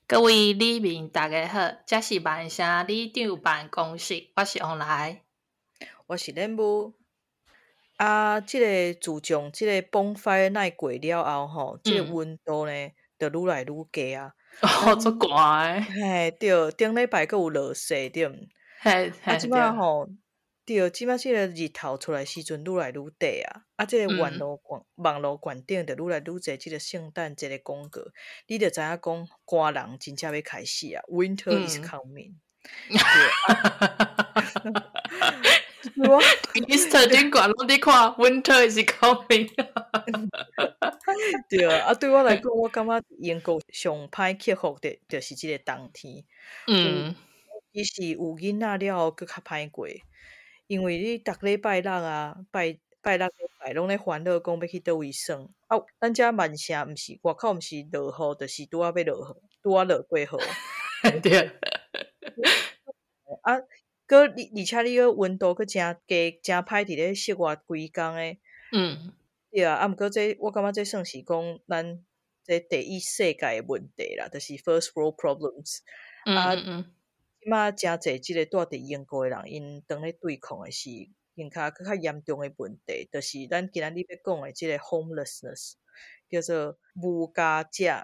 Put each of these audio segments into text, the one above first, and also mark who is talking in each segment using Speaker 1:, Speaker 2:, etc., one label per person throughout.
Speaker 1: 各位里民大家好，这是万城里长办公室，我是王来。
Speaker 2: 我是恁母。即个自从即个bonfire night过了后吼，即个温度呢，就愈来愈低啊。咱
Speaker 1: 足寒的，
Speaker 2: 对，顶礼拜佫有落雪对毋？即
Speaker 1: 对，
Speaker 2: 摆吼，对，即摆即个日头出来时阵愈来愈短啊。即个网络观顶就愈来愈侪即个圣诞节的广告，你着知影讲寒人真正要开始啊，Winter is coming。我
Speaker 1: Easter 顶管拢伫看 Winter is coming
Speaker 2: 对啊，对我来讲，我感觉英国上歹克服的，就是即个冬天。其实有囡仔了后，佫较歹过，因为你逐礼拜六啊，拜六礼拜拢咧烦恼讲要去倒位耍。咱遮万城毋是外口毋是落雨，就是拄仔要落雨，拄仔落过雨。
Speaker 1: 对。
Speaker 2: 而且你个温度佫诚低，诚歹伫咧室外规工诶。对啊，毋过这我感觉这算是讲咱这第一世界诶问题啦，就是 first world problems。即马诚侪即个住伫英国诶人，因当咧对抗诶是更较严重诶问题，就是咱今仔日要讲诶即个 homelessness， 叫做无家者。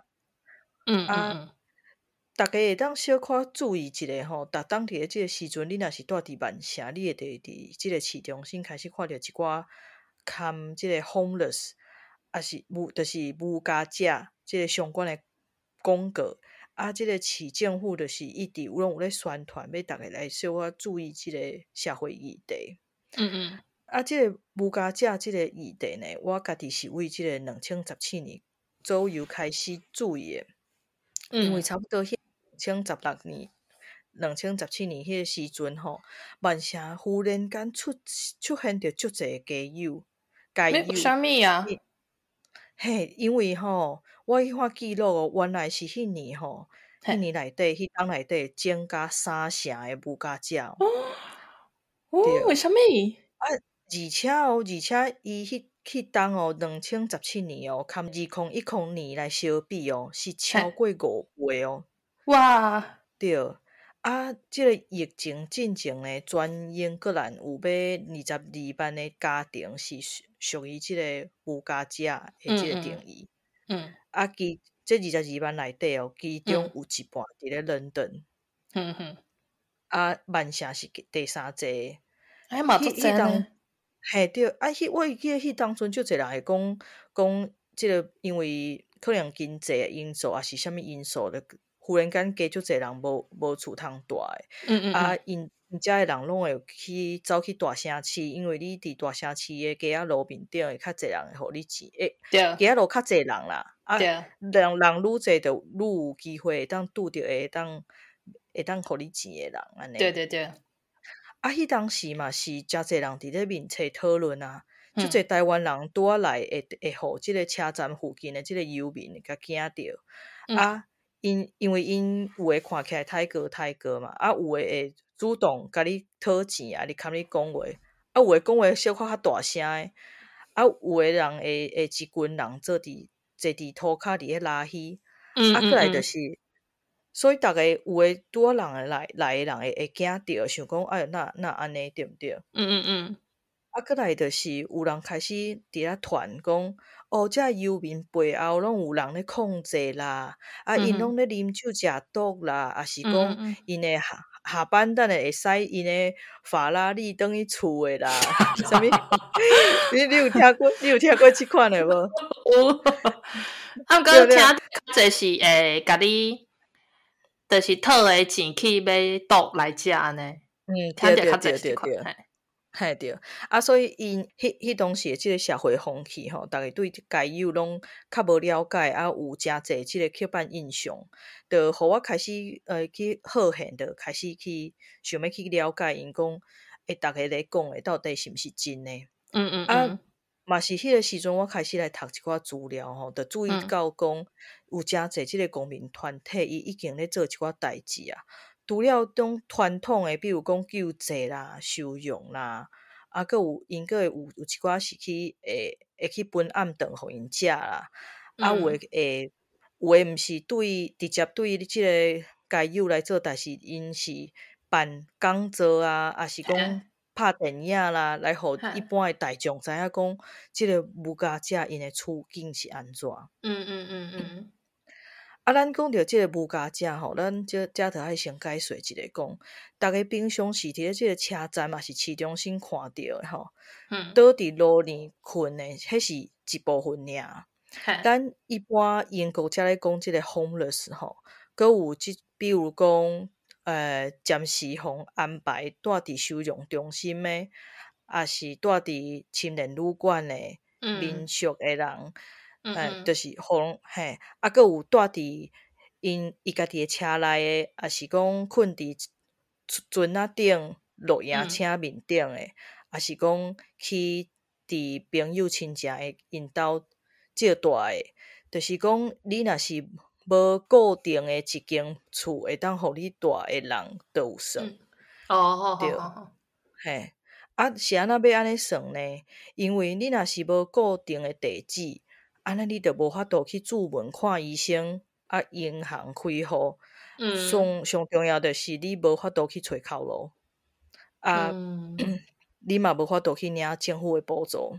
Speaker 2: 逐个会当小可注意一下吼，逐当伫咧即个时阵，你若是住伫万城，你会伫即个市中心开始看到一寡看即个 homeless， 也是就是无家者即个相关诶广告。即个市政府就是一直拢有咧宣传，要逐个来小可注意即个社会议题。即个无家者即个议题呢，我家己是为即个2017年左右开始注意诶。因为差不多2016年、2017年迄个时阵吼，万城忽然间出现着足侪街友。
Speaker 1: 啥物啊？
Speaker 2: 因为吼，我去看记录哦，原来是迄年吼，迄年内底，迄当内底增加3成诶无家者。对，
Speaker 1: 为啥物？
Speaker 2: 而且伊迄当哦，2017年哦，含2010年来相比哦，是超过5倍哦。
Speaker 1: 哇！
Speaker 2: 对，即个疫情进前呢，全英格兰有要22万的家庭是属于即个无家者的即个定义。这22万内底哦，其中有一半伫咧伦敦。万城是第三济。
Speaker 1: 嘛足济呢。
Speaker 2: 对，我会记得迄当阵足侪人会讲即个，因为可能经济的因素，还是啥物因素的，忽然间加足侪人无厝通住诶。因遮诶人拢会走去大城市，因为你伫大城市诶街仔路面顶会较侪人会互你钱。街仔路较侪人啦。人愈济就愈有机会会当拄着会当互你钱诶人安尼。
Speaker 1: 对。
Speaker 2: 迄当时嘛是诚侪人伫咧面册讨论啊，足侪台湾人拄仔来会互即个车站附近的即个游民甲惊着。因为因有诶看起来太高嘛，有诶会主动甲你讨钱啊，甲你讲话，有诶讲话小可较大声诶，有诶人会一群人坐伫涂骹伫咧拉稀。过来就是所以逐个有诶拄仔人来诶人会惊着，想讲那安尼对毋对？过来就是有人开始伫遐传讲，遮游民背后拢有人咧控制啦，因拢咧啉酒食毒啦，也是讲因诶下班等下会使因诶法拉利转去厝诶啦，啥物？你有听过即款诶无？
Speaker 1: 有。毋过听较济是会甲你，就是讨诶钱去买毒来食安尼。听着较济是即款。
Speaker 2: 对，所以因迄当时即个社会风气吼，逐个对街友拢较无了解，有诚济即个刻板印象，就互我开始去好现，就开始去想要去了解因讲，逐个咧讲诶到底是毋是真诶。嘛是迄个时阵，我开始来读一寡资料吼，就注意到讲有诚济即个公民团体，伊已经咧做一寡代志啊。除了种传统诶，比如讲救济啦、收容啦，因会有一寡是去会去分暗顿互因食啦，有诶有诶毋是直接对即个家友来做，但是因是办讲座啊，还是讲拍电影啦，来互一般诶大众知影讲，即个无家者因诶处境是安怎。咱讲到即个无家者吼，咱遮着爱先解说一下讲，逐个平常时伫咧即个车站嘛是市中心看到诶吼，倒伫路边困诶，迄是一部分尔。咱一般英国遮咧讲即个 homeless 吼，佫有比如讲暂时互安排住伫收容中心诶，也是住伫青年旅馆诶民宿诶人，就是互佫有住伫伊家己诶车内诶，也是讲困伫船仔顶、露营车面顶诶，也是讲去伫朋友亲戚诶因兜借住诶，就是讲你若是无固定诶一间厝会当互你住诶人都有算。
Speaker 1: 对，
Speaker 2: 是安怎要安尼算呢？因为你若是无固定诶地址，安尼你就无法度去注文看医生，银行开户。上重要的是你无法度去找头路，你嘛无法度去领政府诶补助。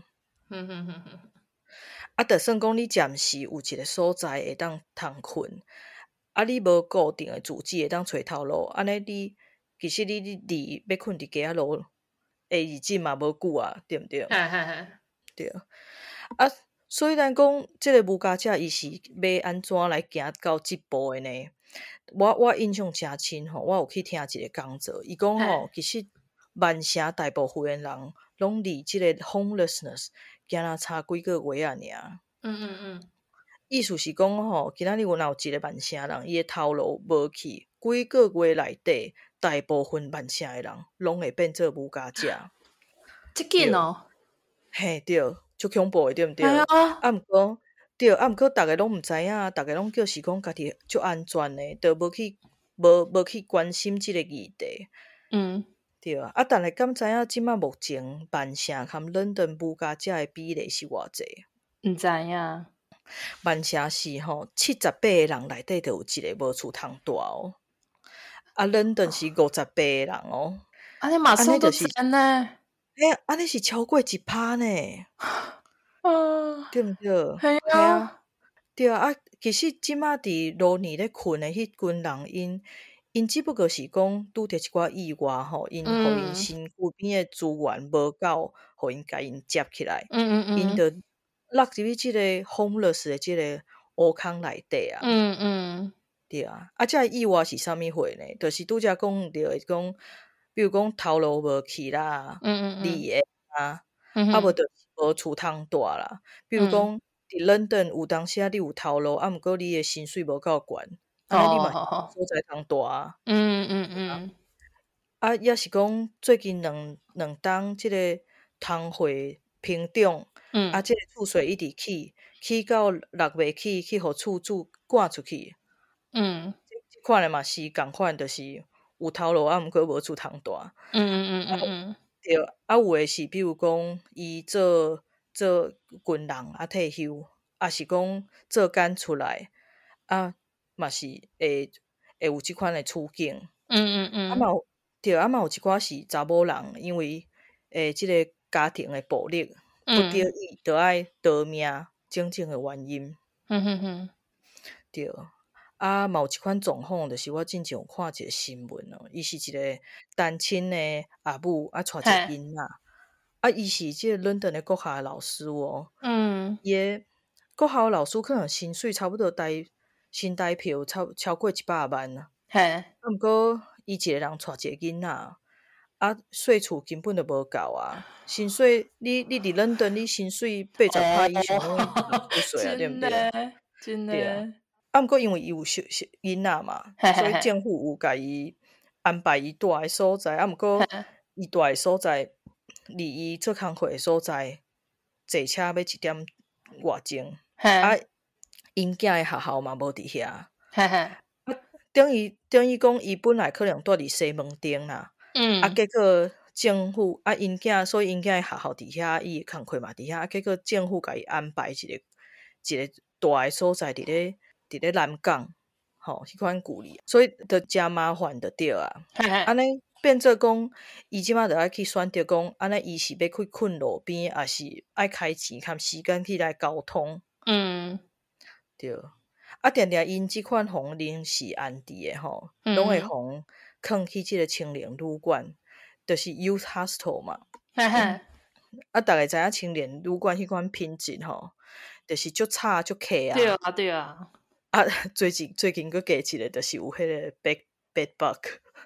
Speaker 2: 就算讲你暂时有一个所在会当通困，你无固定诶住址会当找头路，安尼你其实你离要困伫街仔路诶日子嘛无久啊，对毋对？对。所以咱讲即个无家者伊是要安怎来行到即步诶呢？我印象诚深吼，我有去听一个讲座，伊讲吼，其实万城大部分诶人拢离即个 homelessness 惊若差几个月啊尔。意思是讲吼，今仔日若有一个万城人，伊诶头路无去，几个月内底，大部分万城诶人拢会变做无家者。
Speaker 1: 即紧哦？
Speaker 2: 嘿，对，足恐怖诶，对毋对？
Speaker 1: 毋
Speaker 2: 过对，毋过逐个拢毋知影，逐个拢叫是讲家己足安全诶，都无去关心即个议题。对啊。但是敢知影即摆目前万城含伦敦无家者诶比例是偌济？
Speaker 1: 毋知影。
Speaker 2: 万城是吼78个人内底就有一个无厝通住哦。伦敦是58个人哦。
Speaker 1: 安尼嘛算都真呢？
Speaker 2: 安尼是超过1%呢。对毋对？
Speaker 1: 系啊。
Speaker 2: 对啊。其实即摆伫路边咧困诶迄群人，因只不过是讲拄着一寡意外吼，因互因身躯边诶资源无够，互因甲因接起来，因就落入去即个 homeless 诶即个乌坑内底啊。对啊。即个意外是啥物货呢？就是拄则讲着会讲，比如讲头路无去啦，离诶啊，无就是无厝通住啦。比如讲伫London有当时你有头路，毋过你诶薪水无够悬，安尼你嘛所在通住啊。也是讲最近两冬即个通货膨胀，即个厝税一直起到6月去互厝主赶出去。即款诶嘛是共款，就是有头路毋过无厝通住。对。有诶是比如讲伊做军人退休，也是讲做工出来，嘛是会有即款诶处境。嘛有对。嘛有一寡是查某人，因为即个家庭诶暴力，不得已着爱逃命种种诶原因。对。嘛有一款状况，就是我之前有看一个新闻哦，伊是一个单亲诶阿母带一个囡仔，伊是即个伦敦诶国校诶老师哦。伊诶国校老师可能薪水差不多新台票超过100万啊。毋过伊一个人带一个囡仔，税厝根本就无够啊。薪水你伫伦敦，你薪水80%以上拢缴税啊，对毋对？
Speaker 1: 真
Speaker 2: 对啊。毋过因为伊有囡仔嘛，所以政府有甲伊安排伊住诶所在。毋过伊住诶所在离伊做工课诶所在坐车要1点外钟。因囝诶学校嘛无伫遐。等于讲伊本来可能住伫西门町啦。结果政府因囝，所以因囝诶学校伫遐，伊诶工课嘛伫遐。结果政府甲伊安排一个大诶所在伫咧伫咧南港迄款旧里，所以就真麻烦就对啊。安尼变做讲，伊即马就爱去选择讲，安尼伊是要去困路边，还是爱开钱含时间去来交通？对。啊，定定因即款互临时安置的拢会互囥去即个青年旅馆，就是 youth hostel 嘛。啊，逐个知影青年旅馆迄款品质就是足差足客啊。
Speaker 1: 对啊，对啊。
Speaker 2: 啊，最近佫加一个，就是有迄个 bed bug。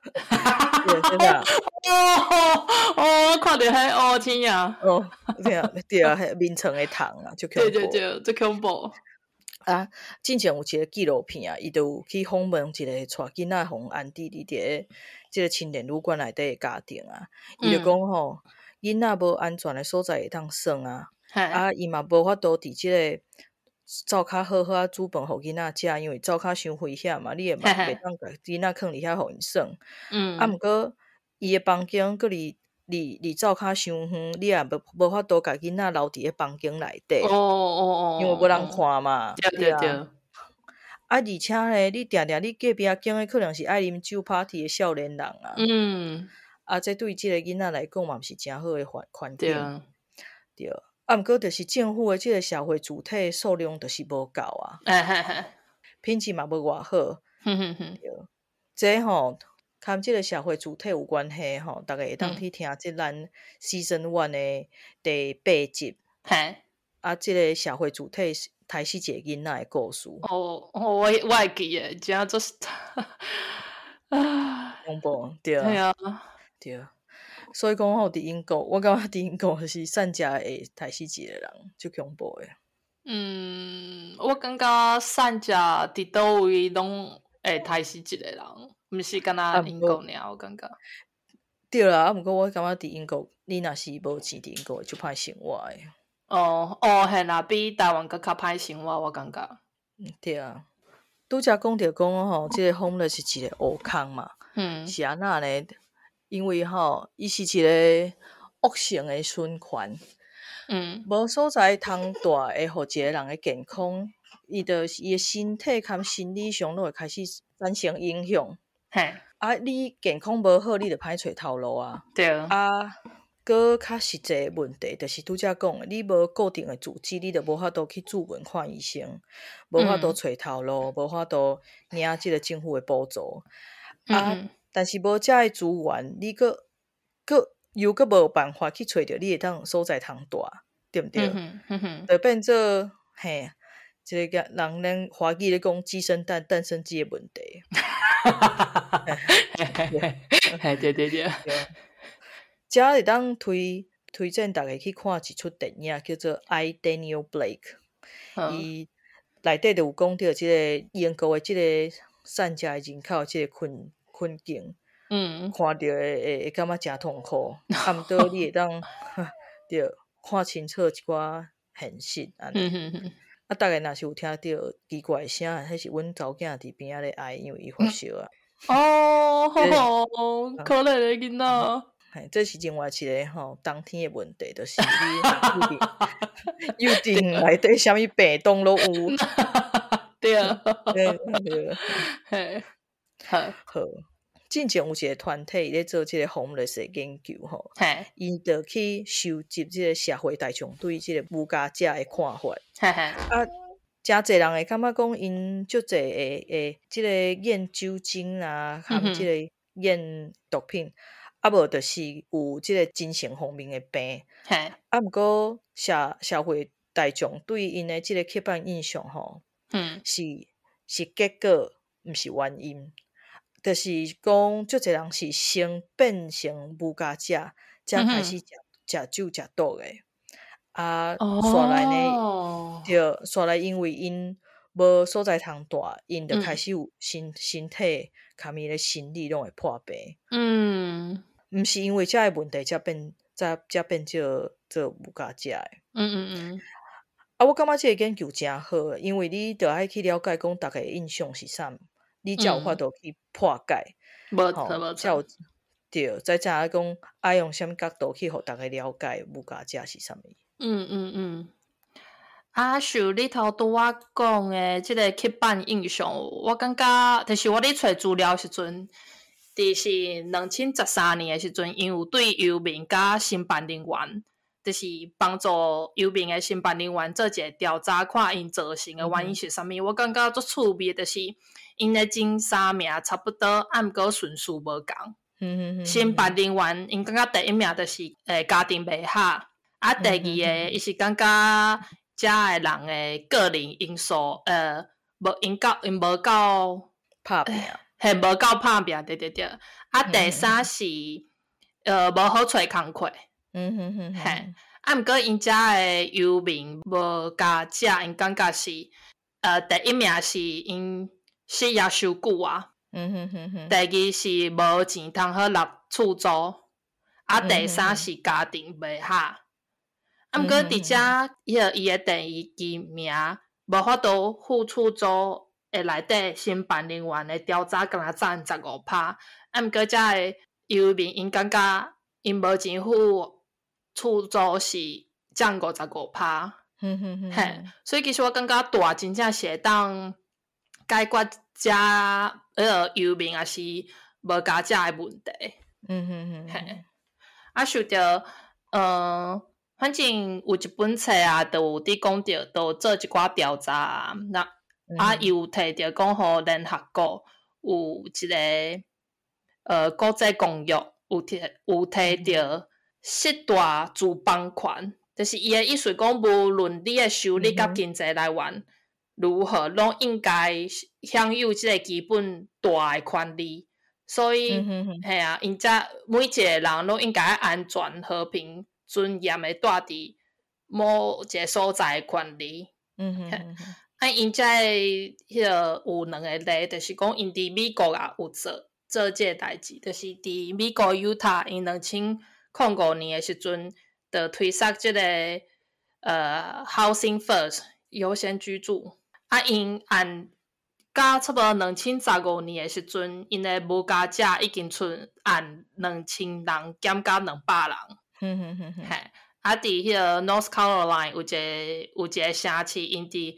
Speaker 1: 哦，看到迄天啊。
Speaker 2: 对啊，迄眠床的虫啊，足恐怖。
Speaker 1: 对，足恐怖。
Speaker 2: 啊，之前有一个纪录片啊，伊就有去访问一个带囡仔互安置伫即个青年旅馆内底的家庭啊，伊就讲囡仔无安全的所在会当耍啊，伊嘛无法度伫即个灶骹好好煮饭互囡仔食，因为灶骹伤危险嘛，你会嘛袂当甲囡仔囥伫遐互因耍。啊，毋过伊的房间佫离灶骹伤远，你也无法度甲囡仔留伫咧房间内底。因为无人看嘛。
Speaker 1: 对。
Speaker 2: 啊，而且咧，你定定你隔壁间的可能是爱啉酒 party 的少年人啊。啊，这对即个囡仔来讲嘛，毋是诚好的环境。对。啊，毋过就是政府的即个社会主体数量就是无够啊。品质嘛无偌好。对。这含即个社会主体有关系大家会当去听即咱 Season 1的第8集。啊，即个社会主体杀死一个囡仔的故事。
Speaker 1: 我会记诶，真做
Speaker 2: 恐怖。对
Speaker 1: 啊。
Speaker 2: 对。所以讲伫英国，我感觉伫英国是善食会杀死一个人，足恐怖诶。
Speaker 1: 我感觉善食伫倒位拢会杀死一个人，毋是干那英国尔，我感觉。
Speaker 2: 对啦，啊，毋过我感觉伫英国，你若是无钱伫英国会足歹生活诶。
Speaker 1: 嘿啦，比台湾佫较歹生活，我感觉。
Speaker 2: 对啊。拄则讲着讲即个 homeless 是一个乌空嘛。是安那呢？因为伊是一个恶性的循环。无所在通住会互一个人的健康，伊的身体含心理上都会开始产生影响。啊，你健康无好，你就歹找头路啊。
Speaker 1: 对。
Speaker 2: 啊，佫较实际的问题，就是拄则讲的，你无固定的住址，你就无法度去住院看医生，无法度找头路，无法度领即个政府的补助。啊，但是无遮的资源，你又无办法去找着你会当所在通住，对毋对？就变做一个人华语咧讲鸡生蛋，蛋生鸡的问题。
Speaker 1: 对。
Speaker 2: 遮会当推荐大家去看一出电影，叫做《I Daniel Blake》。伊内底就有讲到即个英国的即个善食的人口即个困境。看到会感觉诚痛苦。啊，毋过你会当对看清楚一寡现实安尼。啊，大概若是有听到奇怪声，迄是阮查某囝伫边仔咧哀，因为伊发烧啊。
Speaker 1: 可怜的囡仔。
Speaker 2: 这是另外一个冬天的问题，就是你预定内底啥物病痛都有。
Speaker 1: 对啊。
Speaker 2: 对。好。之前有一个团体咧做即个 homeless 的研究伊就去收集即个社会大众对即个无家者的看法。啊，诚侪人会感觉讲因足侪会即个验酒精啊，含即个验毒品，啊无就是有即个精神方面的病。啊，毋过社会大众对因的即个刻板印象是结果，毋是原因。就是讲，足侪人是先变成无家者，才开始食酒食毒的。啊，煞来呢，就煞来因为因无所在通住，因就开始有身体含伊的心理拢会破病。毋是因为遮个问题才变做无家者的。啊，我感觉这个研究诚好，因为你着爱去了解讲大家的印象是啥。你才有法度去破解。才有对，再知影讲爱用啥物角度去互大家了解无家者是啥物。
Speaker 1: 像你头拄仔讲诶，即个刻板印象，我感觉就是我咧找资料时阵，就是2013年诶时阵，因有对游民甲申办人员，就是帮助游民诶申办人员做一个调查，看因造成诶原因是啥物。我感觉足趣味，就是因诶前3名差不多，啊毋过顺序无共。申办人员因感觉第1名就是家庭袂合，啊第2个伊是感觉遮诶人诶个人因素，因无够
Speaker 2: 拍拼，
Speaker 1: 嘿无够拍拼，对。啊第3是无好找工课，嘿，啊毋过因遮诶游民无加食，因感觉是第1名是因失业伤久啊。第2是无钱通好纳厝租，啊第3是家庭袂合。啊毋过伫遮伊诶第2支名无法度付厝租诶内底申办人员诶调查敢若占15%，啊毋过遮诶游民因感觉因无钱付厝租是占55%。嘿，所以其实我感觉大真正是会当解决遮游民也是无加食诶问题。嘿，啊想着反正有一本册啊，就有伫讲着，就做一寡调查啊，伊有摕着讲互联合国有一个国际公约，有摕着10大自帮权，就是伊诶意思讲，无论你诶收入甲经济来源如何，拢应该享有即个基本大诶权利。所以，嘿啊，因遮每一个人拢应该安全、和平、尊严诶，住伫某一个所在诶权利。因遮迄个有2个例，就是讲因伫美国也有做即个代志，就是伫美国犹他，因2005年诶时阵，就推出即个Housing First 优先居住。啊，因到差不多2015年诶时阵，因诶无加食已经剩2000人减到200人。嘿，啊，伫迄个 North Carolina 有一个城市，因伫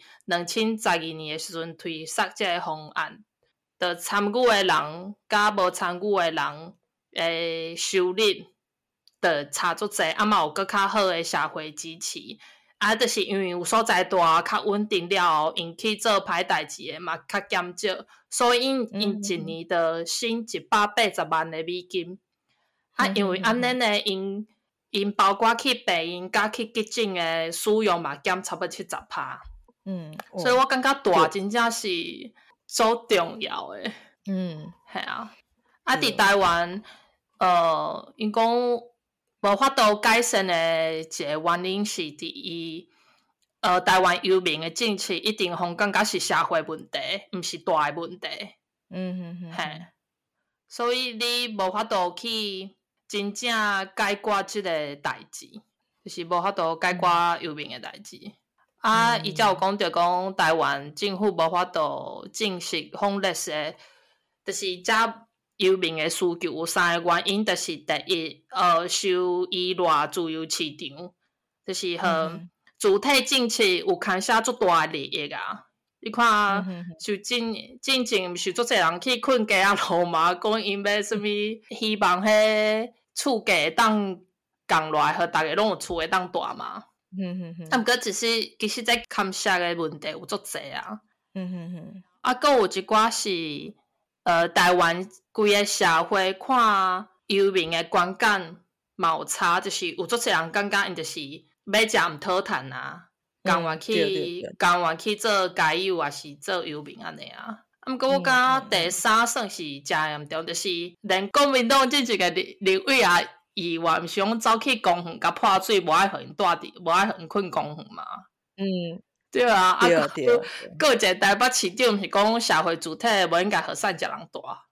Speaker 1: 2012年诶时阵推出即个方案，就参与诶人甲无参与诶人诶收入，就差足济，啊嘛有搁较好诶社会支持。啊，就是因为有所在大较稳定了后，因去做歹代志诶嘛较减少，所以因一年就省180万诶美金。啊，因为安尼呢，因包括去病院甲去急诊诶使用嘛减差不多70%。所以我感觉大真正是足重要诶。系啊。啊，伫台湾，因讲无法度改善诶一个原因是伫伊台湾游民诶政策一定互感觉是社会问题，毋是大诶问题。嘿，所以你无法度去真正解决即个代志，就是无法度解决游民诶代志。啊，伊才有讲着讲台湾政府无法度正式homeless诶，就是遮游民诶需求有3个原因，就是第一，受依赖自由市场，就是和主体政策有牵涉足大诶利益啊。你看，就进前毋是足侪人去困街仔路嘛，讲因要什物，希望迄厝价会当降落来，互逐个拢有厝会当住嘛。啊，毋过其实在牵涉诶问题有足侪啊。啊，搁有一寡是台湾规个社会看游民诶观感嘛有差，就是有足侪人感觉因就是要食毋讨趁啊，甘愿去做街友，也是做游民安尼啊。啊，毋过我感觉第3算是诚严重，就是连国民党即一个立委也议员，毋是讲走去公园甲破水，无爱互因无爱互因困公园嘛。对啊，啊，搁有一个台北市长是讲社会主体无应该互善食人大。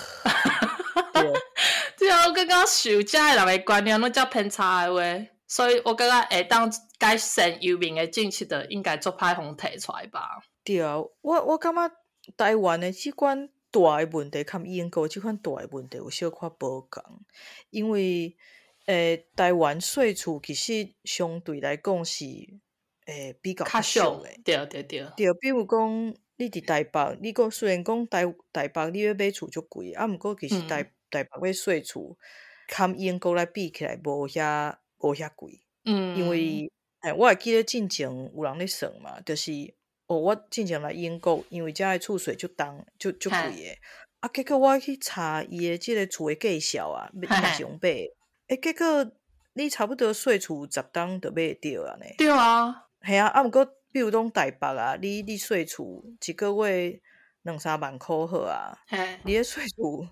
Speaker 1: 对啊，我感觉受遮诶人诶观念拢遮偏差诶话，所以我感觉会当改善游民诶政策，就应该做歹互提出来吧。
Speaker 2: 对啊，我感觉台湾诶即款大诶问题，含英国即款大诶问题有小可无共，因为台湾税厝其实相对来讲是比较
Speaker 1: 较
Speaker 2: 俗
Speaker 1: 俗，对对对，
Speaker 2: 对，比如讲你伫台北，你讲虽然讲台北你要买厝足贵，毋过其实台北要税厝，堪英国来比起来无遐贵。因为我会记得进前有人咧算嘛，就是我进前来英国，因为遮的厝税足重足贵诶。结果我去查伊诶即个厝诶计数啊，若是用买，结果你差不多税厝10档就买着啊呢。
Speaker 1: 对啊，
Speaker 2: 系啊，毋过比如讲台北啊，你税厝一个月2-3万箍好啊，你诶税厝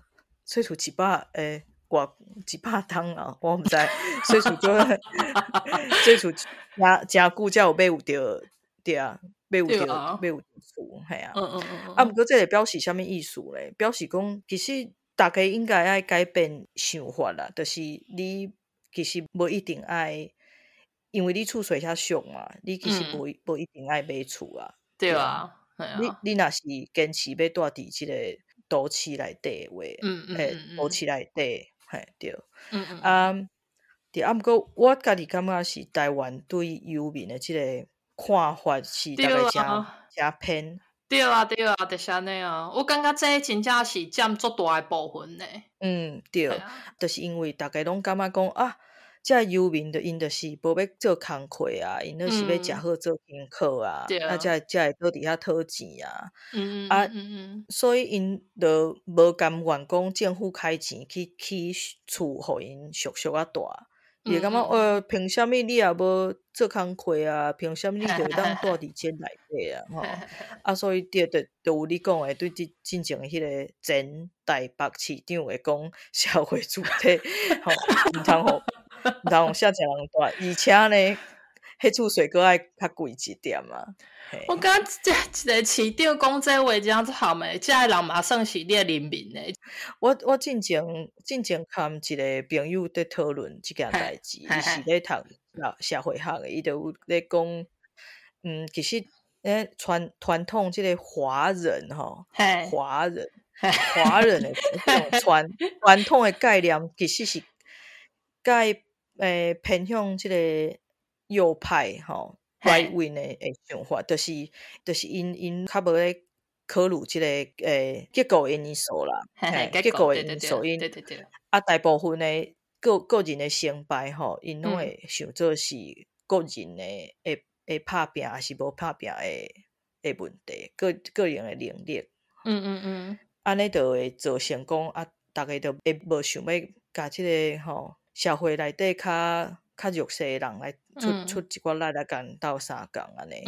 Speaker 2: 100偌100档啊，我毋知税厝税厝诚久才有买有着，对啊，买有着厝，系啊。毋过这个表示啥物意思咧？表示讲其实大家应该爱改变想法啦，就是你其实无一定爱。因为你厝税遐俗嘛，你其实无一定爱买厝啊，
Speaker 1: 对
Speaker 2: 啊。
Speaker 1: 啊，
Speaker 2: 你若是坚持要住伫即个都市内底诶话，都市内底，嘿，对。毋过我家己感觉是台湾对游民诶即个看法是大概诚偏。
Speaker 1: 对啊，对啊，就是安尼啊。我感觉这真正是占足大诶部分呢。
Speaker 2: 对，就是因为大家拢感觉讲啊，遮游民因就是无要做工课啊，因就是要食好做功课啊，才会倒伫遐讨钱啊。所以因就无甘愿讲政府开钱去起厝，互因俗啊大。伊会感觉凭啥物你也无做工课啊？凭啥物你就会当住伫间内底啊？所以就有你讲诶，对进前迄个前台北市长会讲社会主体毋通遮侪人住，而且呢，迄厝税阁爱较贵一点啊。
Speaker 1: 我感觉一个市长讲这话真好诶，遮诶人嘛算是你诶人民诶。
Speaker 2: 我进前甲一个朋友伫讨论即件代志，伊是咧读社会学诶，伊就有咧讲，其实传统即个华人华人诶种传统诶概念，其实是介偏向即个右派right wing 诶想法，就是因较无咧考虑即个结构因素啦，结构诶因素因大部分诶个人诶成败因拢会想做是个人诶会拍拼还是无拍拼诶问题，个人诶能力。安尼就会造成讲逐个就会无想要甲即个社会内底较弱势诶人来出一寡力来共斗相共安尼。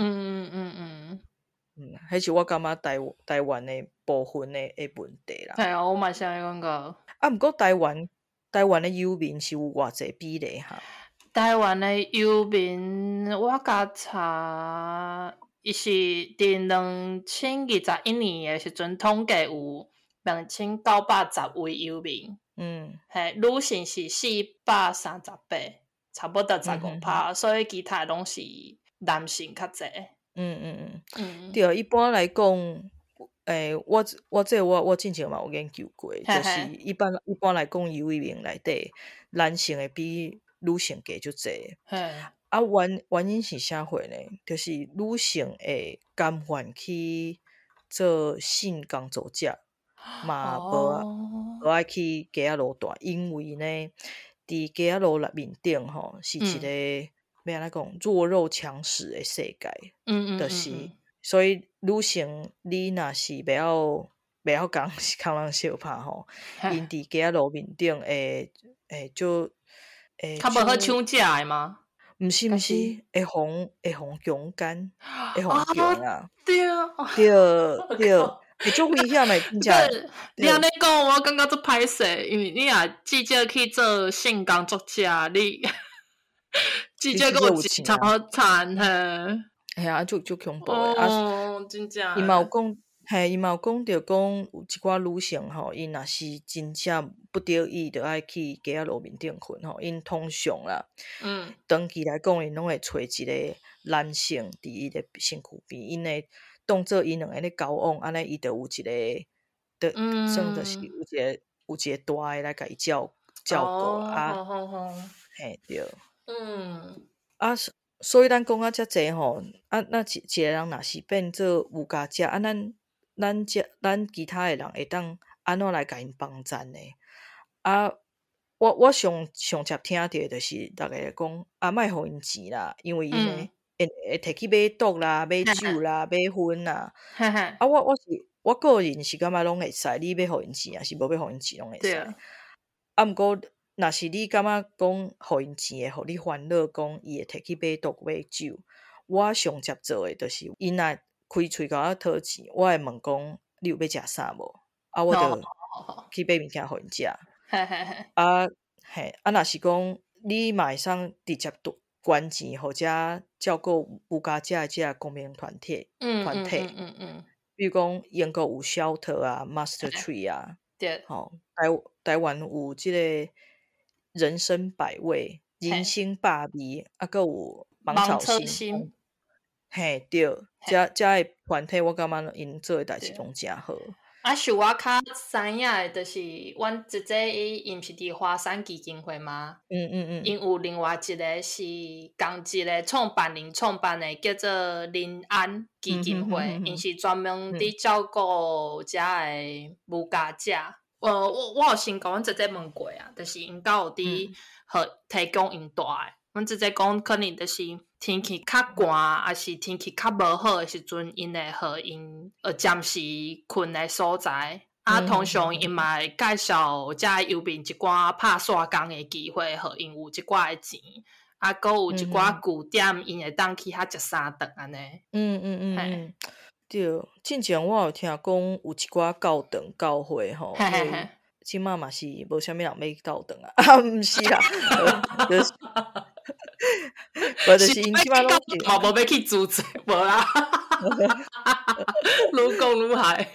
Speaker 2: 迄是我感觉台湾诶部分诶问题啦。
Speaker 1: 系啊，我嘛是安尼感觉。
Speaker 2: 毋过台湾诶游民是有偌济比例哈？
Speaker 1: 台湾诶游民，我甲查，伊是伫2021年诶时阵统计有2910位游民。女性是438，差不多15%，所以其他拢是男性较济。
Speaker 2: 对，一般来讲，我之前嘛有研究过，就是一般来讲，游民内底男性诶比女性加足济。原因是啥货呢？就是女性会甘愿去做性工作者，嘛无爱去街仔路住，因为呢，伫街仔路面顶是一个要安怎讲弱肉强食诶世界。就是所以女性你若是袂晓共人相拍因伫街仔路面顶会
Speaker 1: 较无好抢食诶吗？
Speaker 2: 毋是会互强奸，会互强啊！
Speaker 1: 对啊，
Speaker 2: 对，会足危险诶，真正。
Speaker 1: 你安尼讲，我感觉足歹势，因为你若记者去做性工作者，你记者有钱超好惨嘿。
Speaker 2: 系啊，足恐怖诶。
Speaker 1: 真正。
Speaker 2: 伊嘛有讲着讲有一寡女性因若是真正不得已着爱去街仔路面顶困因通常啦，长期来讲因拢会找一个男性伫伊的身躯边，因会当做因两个咧交往，安尼伊就有一个算就是有一个大诶来甲伊照顾啊。嘿，对。 所以咱讲啊遮济吼，啊那一个人若是变做无家者，啊咱其他诶人会当安怎来甲因帮衬呢？啊，我上常听到就是逐个讲啊，莫互因钱啦，因为因会摕去买毒啦、买酒啦、买薰啦。啊，我个人是感觉拢会使，你要互因钱，还是无要互因钱拢会使。啊，毋过若是你感觉讲互因钱会互你烦恼，讲伊会摕去买毒买酒，我上接做诶，就是因若开喙甲我讨钱，我会问讲你有要食啥无？啊，我就去买物件互因食。啊，嘿，啊，若是讲你嘛会送直接捐钱，或者照顾无家者诶遮公民团体，比如讲英国有 shelter 啊、Master Tree 啊，吼，台湾有即个人生百味、人生百味，啊，佫有芒草心，嘿，对，遮诶团体，我感觉因做诶代志拢诚好。
Speaker 1: 啊，是我较知影诶，就是阮姐姐伊毋是伫华山基金会吗？因有另外一个是共一个创办诶，叫做临安基金会，因是专门伫照顾遮诶无家者。我有先甲阮姐姐问过啊，就是因敢有伫提供因住诶。阮姐姐讲，可能就是天气较寒，还是天气较无好诶时阵，因会互因暂时困诶所在。啊，通常因嘛会介绍遮游民一寡拍散工诶机会，互因有一寡诶钱。啊，佫有一寡据点，因会当去遐食三顿安尼。
Speaker 2: 对，之前我有听讲有一寡教堂教会吼，因为即马嘛是无啥物人要教堂啊，啊，毋是啦，无就是因即马拢是
Speaker 1: 嘛无要去组织，无啦，愈讲愈害。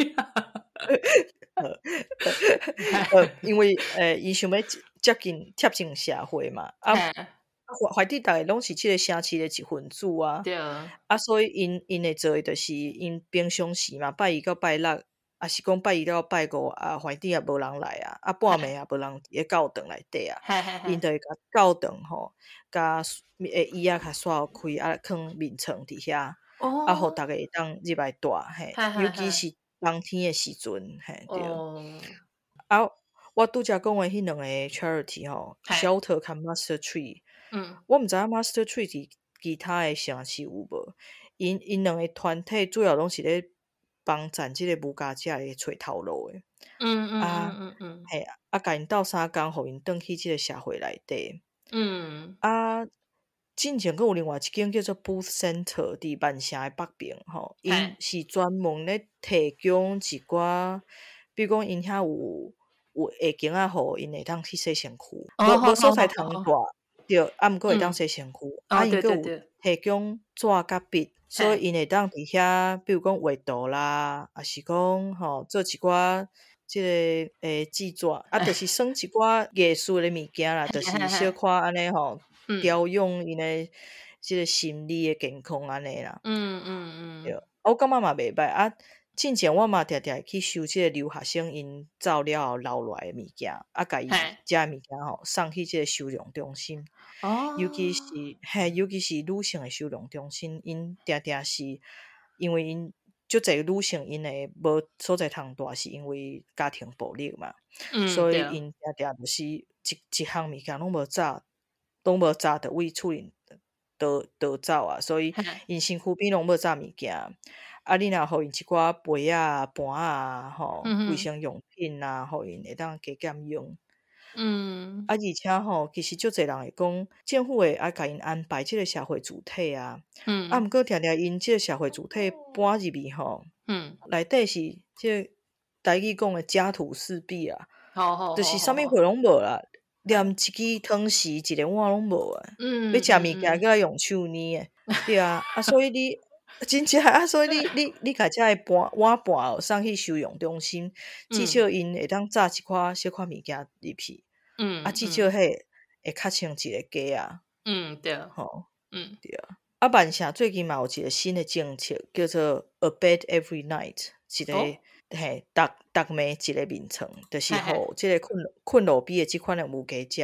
Speaker 2: 因为伊想要接近贴近社会嘛，啊，怀伫逐个拢是即个城市的一份子啊，
Speaker 1: 对，
Speaker 2: 啊，所以因会做诶，就是因平常时嘛，拜一到拜六，啊是讲拜一到拜五啊，怀伫也无人来啊，啊半暝也无人伫咧教堂内底啊，因就会甲教堂吼，甲椅仔较煞开，啊，囥面床伫遐，啊，互逐个会当入来住嘿，尤其是冬天诶时阵，嘿，对。啊，我拄则讲诶迄两个 charity 吼，shelter 甲 Master Tree，我毋知影 Master Tree 伫其他诶城市有无？因两个团体主要拢是咧帮助即个无家者诶找头路诶。嘿，啊，甲因斗相共，互因转去即个社会内底。啊，之前佫有另外一间叫做 Booth Center 伫万城诶北边吼，因是专门咧提供一寡，比如讲因遐有下间仔互因会当去洗身躯，无所在通住，对，啊，毋过会当洗身躯，啊，因佫有提供纸甲笔，所以因会当伫遐，比如讲画图啦，啊是讲吼做一寡即个制作，啊，就是算一寡艺术诶物件啦，就是小可安尼吼，调养因诶即个心理诶健康安尼啦。对，我感觉嘛袂歹啊。之前我嘛常常会去收即个留学生因走了后留落来诶物件，啊，甲伊遮诶物件吼送去即个收容中心。尤其是女性诶收容中心，因常常是因为因足侪女性因会无所在通住，是因为家庭暴力嘛，所以因常常就是一项物件拢无找，着为厝里逃走啊，所以因身躯边拢无找物件。啊，你若互因一寡被啊、盘啊、吼卫生用品啊，互因会当加减用。啊，而且吼，其实足侪人会讲，政府会甲因安排即个社会主体啊，啊，毋过常常因即个社会主体搬入去吼，内底是即个台语讲诶家徒四壁啊，就是啥物货拢无啦，连一支汤匙、一个碗拢无啊，要食物件搁用手捏诶，对啊，啊，所以你真正啊，所以你甲遮个碗盘送去收容中心，至少因会当炸一寡小可物件入去，啊，至少迄会较像一个家啊，
Speaker 1: 对，
Speaker 2: 吼，对啊。啊，万城最近嘛有一个新的政策，叫做 A Bed Every Night，一个嘿，逐暝一个眠床，就是互即个困路边的即款的无家者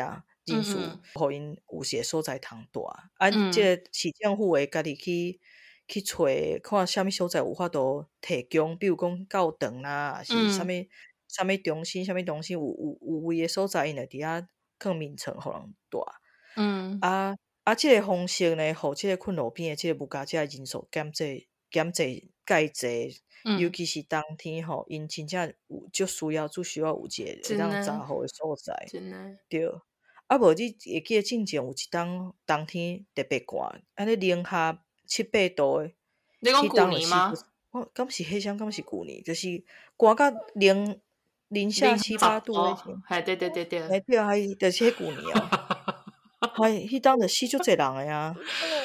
Speaker 2: 人数，互因有些所在通住。这个市政府会家己去找，看啥物所在有法度提供，比如讲教堂啦，是啥物中心，啥物东西有位的所在，因会伫遐放眠床，互人住。这个方式呢，互这个困路边的这个无家者的人数减济介济。尤其是冬天吼，因真正有只需要有一个会当查好的所在，对。无你会记得之前有一冬天特别寒，安尼零下7、8度的。
Speaker 1: 你讲旧年吗？
Speaker 2: 敢是迄种，敢是旧年，就是寒到零下7、8度的。
Speaker 1: 嘿，对。
Speaker 2: 对啊，就是迄旧年哦。迄冬就死足侪人的啊。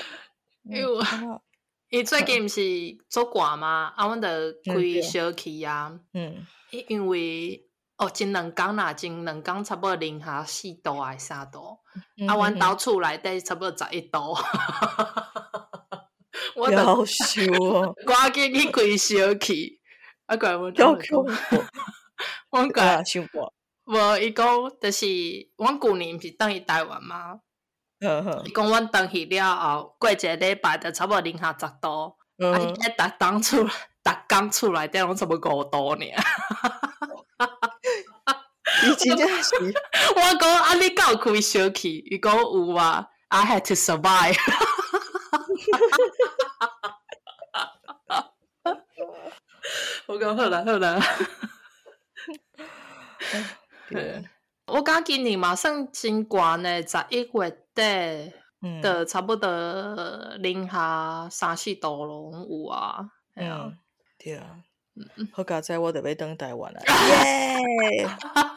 Speaker 1: 伊最近毋是做寒嘛，阮着开小气啊。因为前2天啦，前2天差不多零下4度还是3度，阮兜厝内底差不多11度。
Speaker 2: 我好羞哦！
Speaker 1: 赶紧去开小气，怪我
Speaker 2: 好恐怖。
Speaker 1: 阮怪
Speaker 2: 想过，
Speaker 1: 无伊讲，就是阮旧年毋是等去台湾嘛。伊讲阮回去了后，过一个礼拜就差不多零下10度，伊逐工厝内底拢差不多5度尔。
Speaker 2: 伊真正是，
Speaker 1: 我讲你敢有开小气？伊讲有啊 ，I had to survive。我讲好啦。我感今年嘛算真寒的，11月底，就差不多零下3、4度拢有啊。
Speaker 2: 对啊。好佳哉，我就要转台湾啦！耶！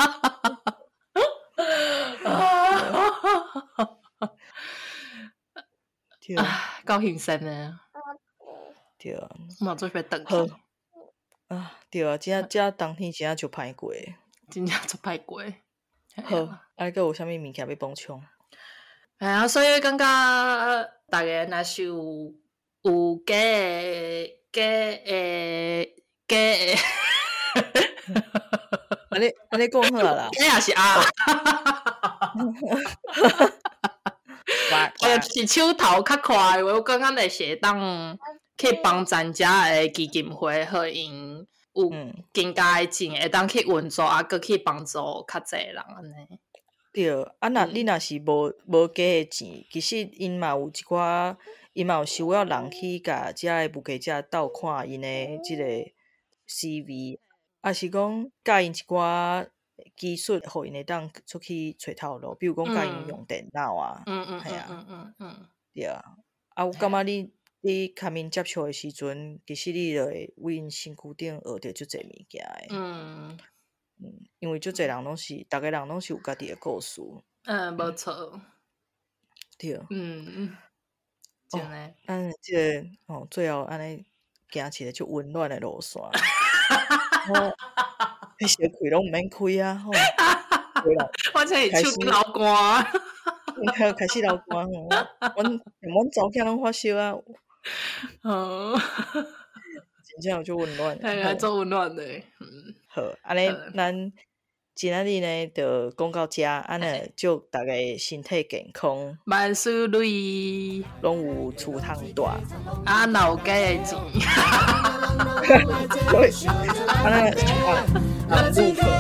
Speaker 2: 对啊，
Speaker 1: 够兴奋的。
Speaker 2: 对啊，
Speaker 1: 嘛做要转去。
Speaker 2: 对啊，这冬天真正就歹过。
Speaker 1: 真正就歹过。
Speaker 2: 好，还有啥物物件要补充？
Speaker 1: 所以感觉大家若是有假的，
Speaker 2: 安尼讲好啦。
Speaker 1: 假也是啊。是手头较快的，我感觉就是会当去帮咱遮的基金会，互因有更加的钱，会当去运作，搁去帮助较侪人安尼。
Speaker 2: 对，你若是无假的钱，其实因嘛有一寡，因嘛有需要人去甲遮的无家者斗看因的即个 CV， 也是讲教因一寡技术，互因会当出去找头路，比如讲教因用电脑啊，系啊，对啊。我感觉你开面接触的时阵，其实你就会为因身躯顶学着足侪物件的。因为足侪人拢是，逐个人拢是有家己的故事。
Speaker 1: 无错。
Speaker 2: 对。
Speaker 1: 真诶。
Speaker 2: 咱即个最后安尼行起来足温暖的路线。迄小开拢毋免开啊！
Speaker 1: 我真是手指流汗。
Speaker 2: 开始流汗阮查某囝拢发烧啊。真正有足温暖。
Speaker 1: 系足温暖的。
Speaker 2: 好，安尼咱今仔日呢就讲到遮，安尼祝大家身体健康，
Speaker 1: 万事如意，
Speaker 2: 拢有厝通住。
Speaker 1: 若有假的钱。
Speaker 2: 安尼入课。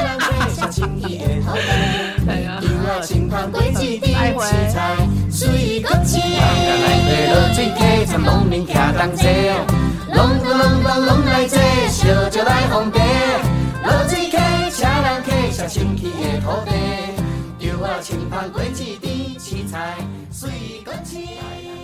Speaker 3: 情况过一点七彩，水国青。来对落水客，参农民徛同齐，拢来坐，烧酒来方便。落水客，请人客，上清气的土地，就我情况过一点七彩，水国青。